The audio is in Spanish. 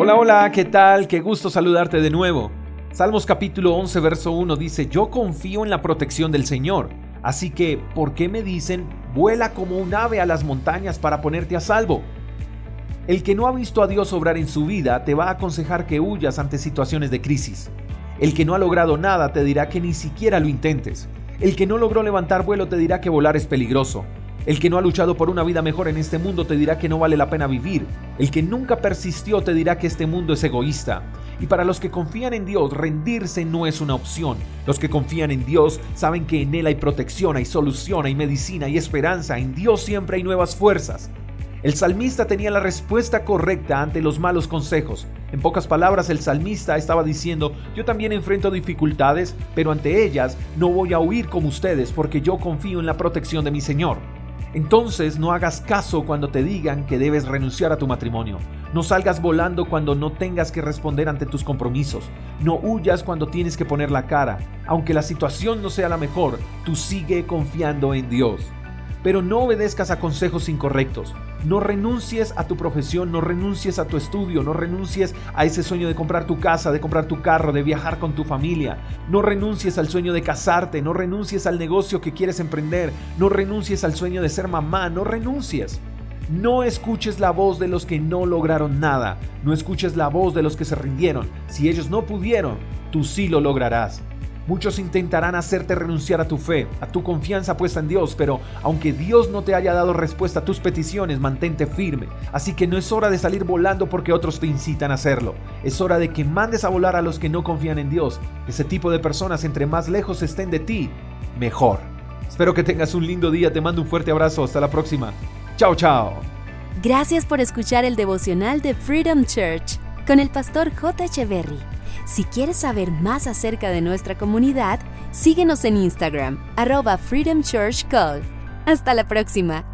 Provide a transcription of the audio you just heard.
Hola, hola, ¿qué tal? Qué gusto saludarte de nuevo. Salmos capítulo 11, verso 1 dice: Yo confío en la protección del Señor. Así que, ¿por qué me dicen, vuela como un ave a las montañas para ponerte a salvo? El que no ha visto a Dios obrar en su vida te va a aconsejar que huyas ante situaciones de crisis. El que no ha logrado nada te dirá que ni siquiera lo intentes. El que no logró levantar vuelo te dirá que volar es peligroso. El que no ha luchado por una vida mejor en este mundo te dirá que no vale la pena vivir. El que nunca persistió te dirá que este mundo es egoísta. Y para los que confían en Dios, rendirse no es una opción. Los que confían en Dios saben que en Él hay protección, hay solución, hay medicina, hay esperanza. En Dios siempre hay nuevas fuerzas. El salmista tenía la respuesta correcta ante los malos consejos. En pocas palabras, el salmista estaba diciendo: yo también enfrento dificultades, pero ante ellas no voy a huir como ustedes porque yo confío en la protección de mi Señor. Entonces no hagas caso cuando te digan que debes renunciar a tu matrimonio. No salgas volando cuando no tengas que responder ante tus compromisos. No huyas cuando tienes que poner la cara. Aunque la situación no sea la mejor, tú sigue confiando en Dios. Pero no obedezcas a consejos incorrectos. No renuncies a tu profesión, no renuncies a tu estudio, no renuncies a ese sueño de comprar tu casa, de comprar tu carro, de viajar con tu familia. No renuncies al sueño de casarte, no renuncies al negocio que quieres emprender, no renuncies al sueño de ser mamá, no renuncies. No escuches la voz de los que no lograron nada, no escuches la voz de los que se rindieron. Si ellos no pudieron, tú sí lo lograrás. Muchos intentarán hacerte renunciar a tu fe, a tu confianza puesta en Dios, pero aunque Dios no te haya dado respuesta a tus peticiones, mantente firme. Así que no es hora de salir volando porque otros te incitan a hacerlo. Es hora de que mandes a volar a los que no confían en Dios. Ese tipo de personas, entre más lejos estén de ti, mejor. Espero que tengas un lindo día. Te mando un fuerte abrazo. Hasta la próxima. Chao, chao. Gracias por escuchar el devocional de Freedom Church con el pastor J. Echeverry. Si quieres saber más acerca de nuestra comunidad, síguenos en Instagram, @Freedom Church Call. Hasta la próxima.